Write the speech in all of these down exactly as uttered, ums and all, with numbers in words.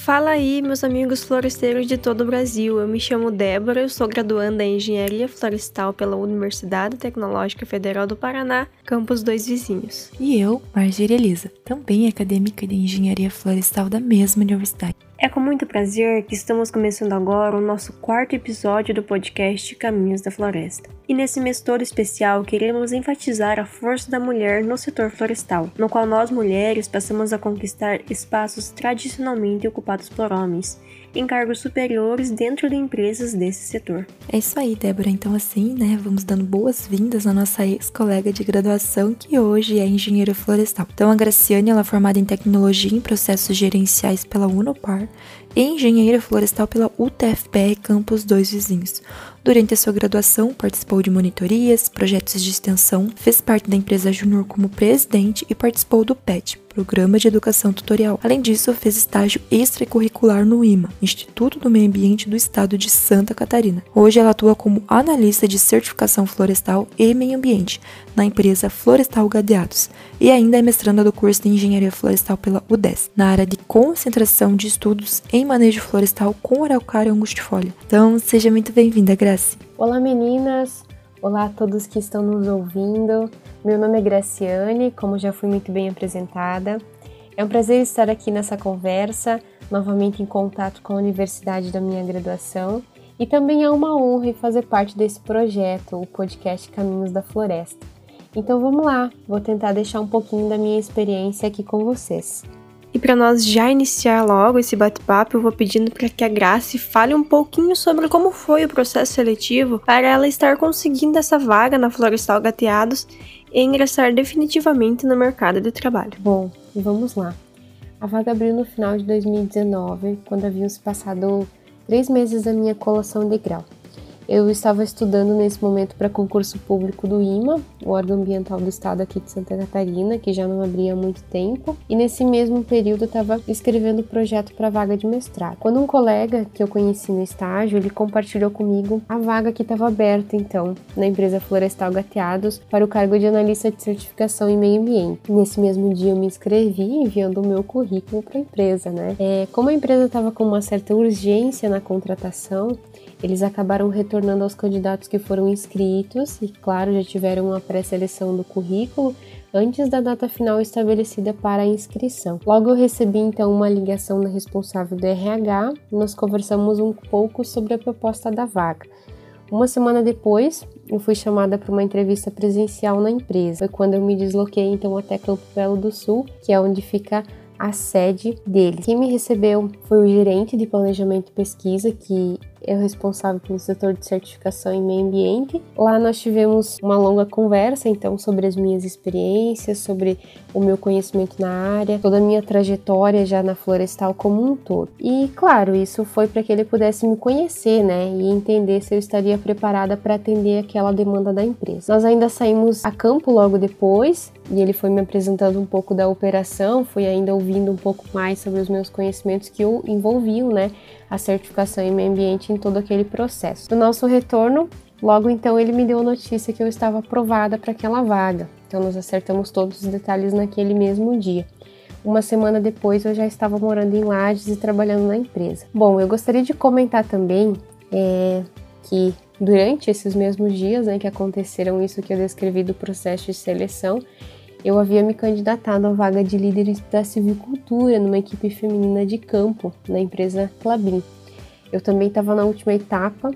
Fala aí, meus amigos floresteiros de todo o Brasil. Eu me chamo Débora, eu sou graduanda em Engenharia Florestal pela Universidade Tecnológica Federal do Paraná, campus Dois Vizinhos. E eu, Margíria Elisa, também acadêmica de Engenharia Florestal da mesma universidade. É com muito prazer que estamos começando agora o nosso quarto episódio do podcast Caminhos da Floresta. E nesse mês todo especial, queremos enfatizar a força da mulher no setor florestal, no qual nós mulheres passamos a conquistar espaços tradicionalmente ocupados por homens, em cargos superiores dentro de empresas desse setor. É isso aí, Débora. Então assim, né, vamos dando boas-vindas à nossa ex-colega de graduação, que hoje é engenheira florestal. Então a Graciane, ela é formada em Tecnologia em Processos Gerenciais pela Unopar e engenheira florestal pela U T F P R Campus Dois Vizinhos. Durante a sua graduação, participou de monitorias, projetos de extensão, fez parte da empresa Júnior como presidente e participou do P E T, Programa de Educação Tutorial. Além disso, fez estágio extracurricular no I M A, Instituto do Meio Ambiente do Estado de Santa Catarina. Hoje ela atua como analista de certificação florestal e meio ambiente na empresa Florestal Gadeados e ainda é mestranda do curso de Engenharia Florestal pela U D E S, na área de concentração de estudos em manejo florestal com araucária angustifolia. Então, seja muito bem-vinda, Graci. Olá, meninas! Olá a todos que estão nos ouvindo. Meu nome é Graciane, como já fui muito bem apresentada. É um prazer estar aqui nessa conversa, novamente em contato com a universidade da minha graduação. E também é uma honra fazer parte desse projeto, o podcast Caminhos da Floresta. Então vamos lá, vou tentar deixar um pouquinho da minha experiência aqui com vocês. E para nós já iniciar logo esse bate-papo, eu vou pedindo para que a Graci fale um pouquinho sobre como foi o processo seletivo para ela estar conseguindo essa vaga na Florestal Gadeados e ingressar definitivamente no mercado de trabalho. Bom, vamos lá. A vaga abriu no final de dois mil e dezenove, quando haviam se passado três meses da minha colação de grau. Eu estava estudando nesse momento para concurso público do I M A, o órgão ambiental do estado aqui de Santa Catarina, que já não abria há muito tempo, e nesse mesmo período eu estava escrevendo o projeto para a vaga de mestrado. Quando um colega que eu conheci no estágio, ele compartilhou comigo a vaga que estava aberta então na empresa Florestal Gadeados para o cargo de analista de certificação em meio ambiente. Nesse mesmo dia eu me inscrevi enviando o meu currículo para a empresa, né? É, como a empresa estava com uma certa urgência na contratação, eles acabaram retornando aos candidatos que foram inscritos e, claro, já tiveram uma pré-seleção do currículo antes da data final estabelecida para a inscrição. Logo eu recebi então uma ligação da responsável do R H e nós conversamos um pouco sobre a proposta da vaga. Uma semana depois, eu fui chamada para uma entrevista presencial na empresa. Foi quando eu me desloquei então até Campo Belo do Sul, que é onde fica a sede dele. Quem me recebeu foi o gerente de planejamento e pesquisa, que é o responsável pelo setor de certificação em meio ambiente. Lá nós tivemos uma longa conversa, então, sobre as minhas experiências, sobre o meu conhecimento na área, toda a minha trajetória já na florestal como um todo. E, claro, isso foi para que ele pudesse me conhecer, né, e entender se eu estaria preparada para atender aquela demanda da empresa. Nós ainda saímos a campo logo depois, e ele foi me apresentando um pouco da operação, fui ainda ouvindo um pouco mais sobre os meus conhecimentos que o envolviam, né, a certificação em meio ambiente em todo aquele processo. No nosso retorno, logo então ele me deu a notícia que eu estava aprovada para aquela vaga. Então nós acertamos todos os detalhes naquele mesmo dia. Uma semana depois eu já estava morando em Lages e trabalhando na empresa. Bom, eu gostaria de comentar também é, que durante esses mesmos dias, né, que aconteceram isso que eu descrevi do processo de seleção, eu havia me candidatado à vaga de líder da silvicultura numa equipe feminina de campo na empresa Klabin. Eu também estava na última etapa,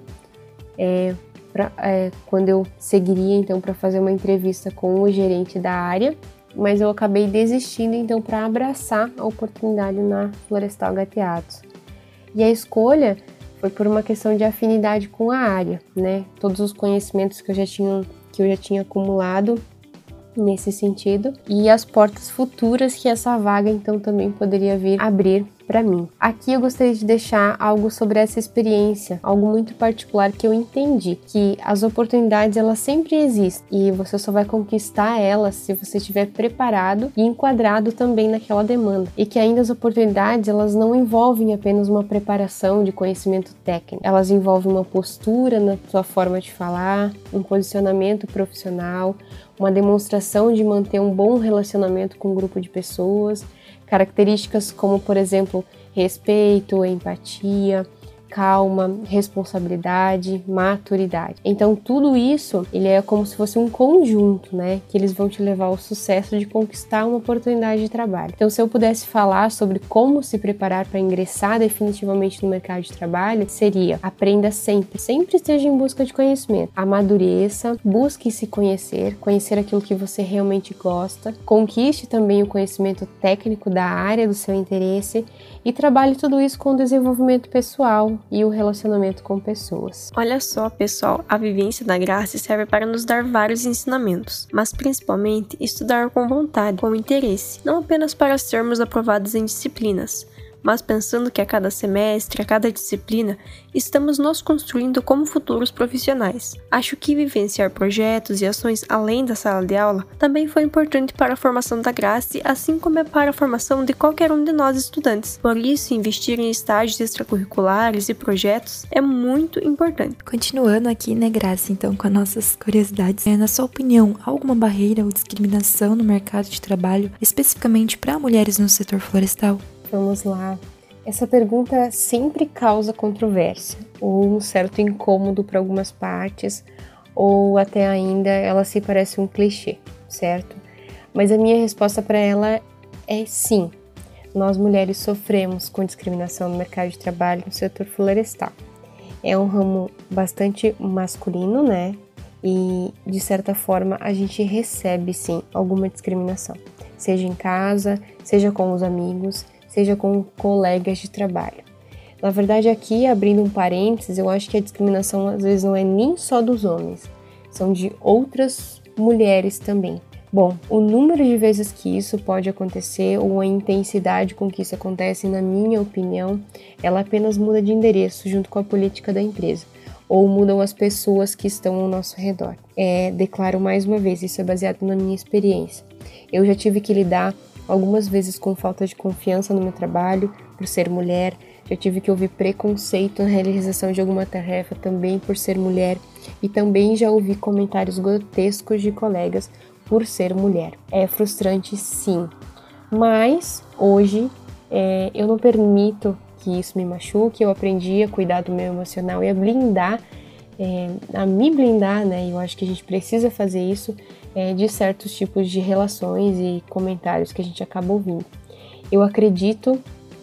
é, pra, é, quando eu seguiria então para fazer uma entrevista com o gerente da área, mas eu acabei desistindo então para abraçar a oportunidade na Florestal Gadeados. E a escolha foi por uma questão de afinidade com a área, né? Todos os conhecimentos que eu já tinha, que eu já tinha acumulado nesse sentido e as portas futuras que essa vaga então também poderia vir abrir para mim. Aqui eu gostaria de deixar algo sobre essa experiência, algo muito particular que eu entendi, que as oportunidades elas sempre existem e você só vai conquistar elas se você estiver preparado e enquadrado também naquela demanda, e que ainda as oportunidades elas não envolvem apenas uma preparação de conhecimento técnico, elas envolvem uma postura na sua forma de falar, um posicionamento profissional, uma demonstração de manter um bom relacionamento com um grupo de pessoas, características como, por exemplo, respeito, empatia, calma, responsabilidade, maturidade. Então tudo isso, ele é como se fosse um conjunto, né, que eles vão te levar ao sucesso de conquistar uma oportunidade de trabalho. Então se eu pudesse falar sobre como se preparar para ingressar definitivamente no mercado de trabalho, seria: aprenda sempre, sempre esteja em busca de conhecimento, amadureça, busque se conhecer, conhecer aquilo que você realmente gosta, conquiste também o conhecimento técnico da área do seu interesse e trabalhe tudo isso com o desenvolvimento pessoal e o relacionamento com pessoas. Olha só, pessoal, a vivência da Grace serve para nos dar vários ensinamentos, mas principalmente estudar com vontade, com interesse, não apenas para sermos aprovados em disciplinas, mas pensando que a cada semestre, a cada disciplina, estamos nos construindo como futuros profissionais. Acho que vivenciar projetos e ações além da sala de aula também foi importante para a formação da Grace, assim como é para a formação de qualquer um de nós estudantes. Por isso, investir em estágios extracurriculares e projetos é muito importante. Continuando aqui, né, Grace, então, com as nossas curiosidades, é, na sua opinião, há alguma barreira ou discriminação no mercado de trabalho, especificamente para mulheres no setor florestal? Vamos lá. Essa pergunta sempre causa controvérsia, ou um certo incômodo para algumas partes, ou até ainda ela se parece um clichê, certo? Mas a minha resposta para ela é sim. Nós mulheres sofremos com discriminação no mercado de trabalho no setor florestal. É um ramo bastante masculino, né? E, de certa forma, a gente recebe sim alguma discriminação, seja em casa, seja com os amigos, seja com colegas de trabalho. Na verdade, aqui, abrindo um parênteses, eu acho que a discriminação às vezes não é nem só dos homens, são de outras mulheres também. Bom, o número de vezes que isso pode acontecer ou a intensidade com que isso acontece, na minha opinião, ela apenas muda de endereço junto com a política da empresa, ou mudam as pessoas que estão ao nosso redor. É, declaro mais uma vez, isso é baseado na minha experiência. Eu já tive que lidar algumas vezes com falta de confiança no meu trabalho, por ser mulher, já tive que ouvir preconceito na realização de alguma tarefa também por ser mulher, e também já ouvi comentários grotescos de colegas por ser mulher. É frustrante sim, mas hoje é, eu não permito que isso me machuque. Eu aprendi a cuidar do meu emocional e a blindar, é, a me blindar, né? Eu acho que a gente precisa fazer isso é, de certos tipos de relações e comentários que a gente acaba ouvindo. Eu acredito,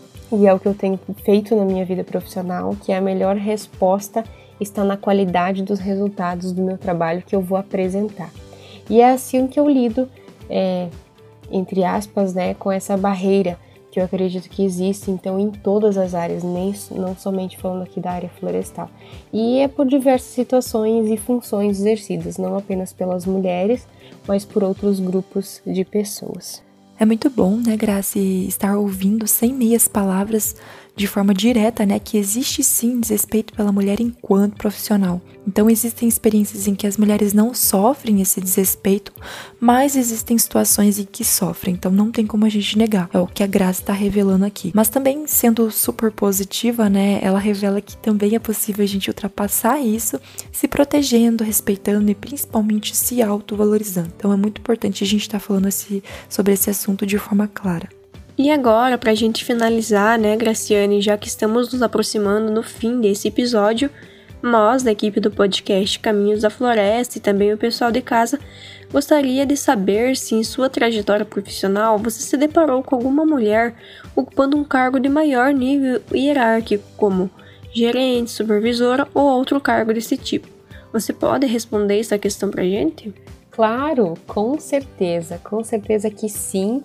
e é o que eu tenho feito na minha vida profissional, que a melhor resposta está na qualidade dos resultados do meu trabalho que eu vou apresentar. E é assim que eu lido, é, entre aspas, né, com essa barreira que eu acredito que existe, então, em todas as áreas, nem, não somente falando aqui da área florestal. E é por diversas situações e funções exercidas, não apenas pelas mulheres, mas por outros grupos de pessoas. É muito bom, né, Grace, estar ouvindo sem meias palavras, de forma direta, né, que existe sim desrespeito pela mulher enquanto profissional. Então existem experiências em que as mulheres não sofrem esse desrespeito, mas existem situações em que sofrem, então não tem como a gente negar. É o que a Grace está revelando aqui. Mas também, sendo super positiva, né, ela revela que também é possível a gente ultrapassar isso, se protegendo, respeitando e principalmente se autovalorizando. Então é muito importante a gente estar tá falando esse, sobre esse assunto de forma clara. E agora, pra gente finalizar, né, Graciane, já que estamos nos aproximando no fim desse episódio, nós, da equipe do podcast Caminhos da Floresta e também o pessoal de casa, gostaria de saber se em sua trajetória profissional você se deparou com alguma mulher ocupando um cargo de maior nível hierárquico, como gerente, supervisora ou outro cargo desse tipo. Você pode responder essa questão pra gente? Claro, com certeza, com certeza que sim.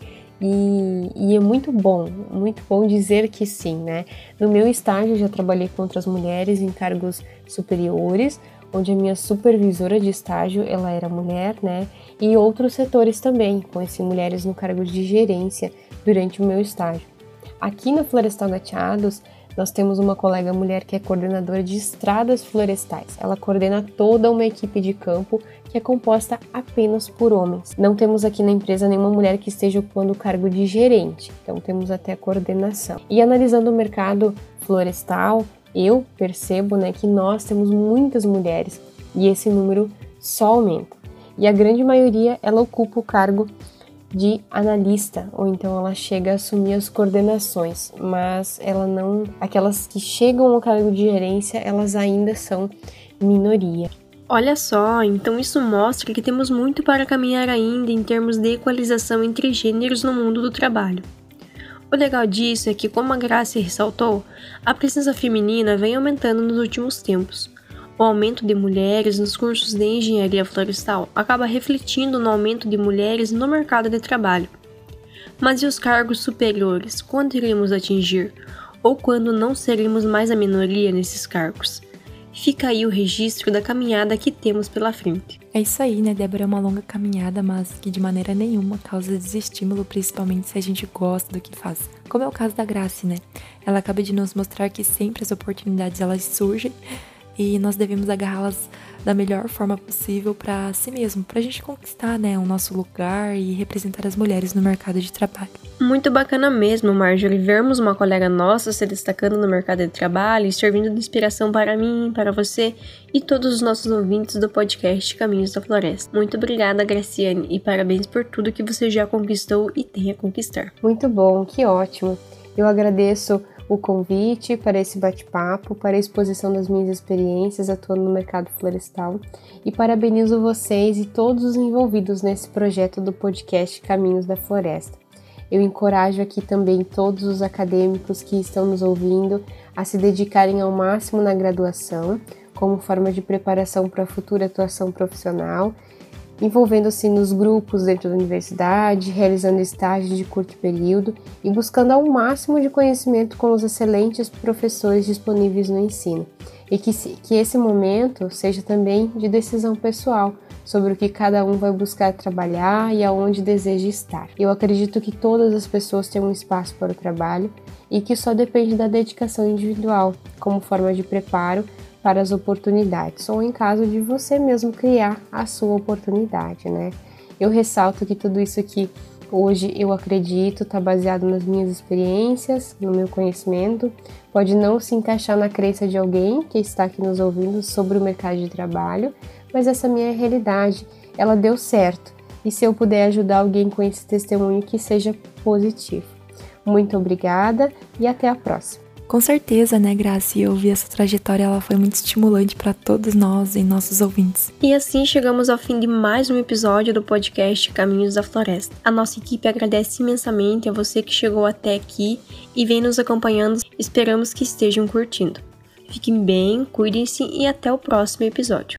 E, e é muito bom, muito bom dizer que sim, né? No meu estágio, já trabalhei com outras mulheres em cargos superiores, onde a minha supervisora de estágio, ela era mulher, né? E outros setores também, conheci mulheres no cargo de gerência durante o meu estágio. Aqui na Florestal Gateados, nós temos uma colega mulher que é coordenadora de estradas florestais. Ela coordena toda uma equipe de campo que é composta apenas por homens. Não temos aqui na empresa nenhuma mulher que esteja ocupando o cargo de gerente, então temos até a coordenação. E analisando o mercado florestal, eu percebo, né, que nós temos muitas mulheres e esse número só aumenta. E a grande maioria, ela ocupa o cargo de analista, ou então ela chega a assumir as coordenações, mas ela não, aquelas que chegam ao cargo de gerência, elas ainda são minoria. Olha só, então isso mostra que temos muito para caminhar ainda em termos de equalização entre gêneros no mundo do trabalho. O legal disso é que, como a Grace ressaltou, a presença feminina vem aumentando nos últimos tempos. O aumento de mulheres nos cursos de engenharia florestal acaba refletindo no aumento de mulheres no mercado de trabalho. Mas e os cargos superiores, quando iremos atingir? Ou quando não seremos mais a minoria nesses cargos? Fica aí o registro da caminhada que temos pela frente. É isso aí, né, Débora? É uma longa caminhada, mas que de maneira nenhuma causa desestímulo, principalmente se a gente gosta do que faz. Como é o caso da Grace, né? Ela acaba de nos mostrar que sempre as oportunidades elas surgem e nós devemos agarrá-las da melhor forma possível para si mesmo, para a gente conquistar, né, o nosso lugar e representar as mulheres no mercado de trabalho. Muito bacana mesmo, Marjorie, vermos uma colega nossa se destacando no mercado de trabalho e servindo de inspiração para mim, para você e todos os nossos ouvintes do podcast Caminhos da Floresta. Muito obrigada, Graciane, e parabéns por tudo que você já conquistou e tem a conquistar. Muito bom, que ótimo. Eu agradeço o convite para esse bate-papo, para a exposição das minhas experiências atuando no mercado florestal e parabenizo vocês e todos os envolvidos nesse projeto do podcast Caminhos da Floresta. Eu encorajo aqui também todos os acadêmicos que estão nos ouvindo a se dedicarem ao máximo na graduação, como forma de preparação para a futura atuação profissional, envolvendo-se nos grupos dentro da universidade, realizando estágios de curto período e buscando ao máximo de conhecimento com os excelentes professores disponíveis no ensino. E que, que esse momento seja também de decisão pessoal sobre o que cada um vai buscar trabalhar e aonde deseja estar. Eu acredito que todas as pessoas têm um espaço para o trabalho e que só depende da dedicação individual como forma de preparo para as oportunidades, ou em caso de você mesmo criar a sua oportunidade, né? Eu ressalto que tudo isso aqui hoje eu acredito está baseado nas minhas experiências, no meu conhecimento, pode não se encaixar na crença de alguém que está aqui nos ouvindo sobre o mercado de trabalho, mas essa minha realidade, ela deu certo, e se eu puder ajudar alguém com esse testemunho, que seja positivo. Muito obrigada e até a próxima. Com certeza, né, Grace? E ouvir essa trajetória, ela foi muito estimulante para todos nós e nossos ouvintes. E assim chegamos ao fim de mais um episódio do podcast Caminhos da Floresta. A nossa equipe agradece imensamente a você que chegou até aqui e vem nos acompanhando. Esperamos que estejam curtindo. Fiquem bem, cuidem-se e até o próximo episódio.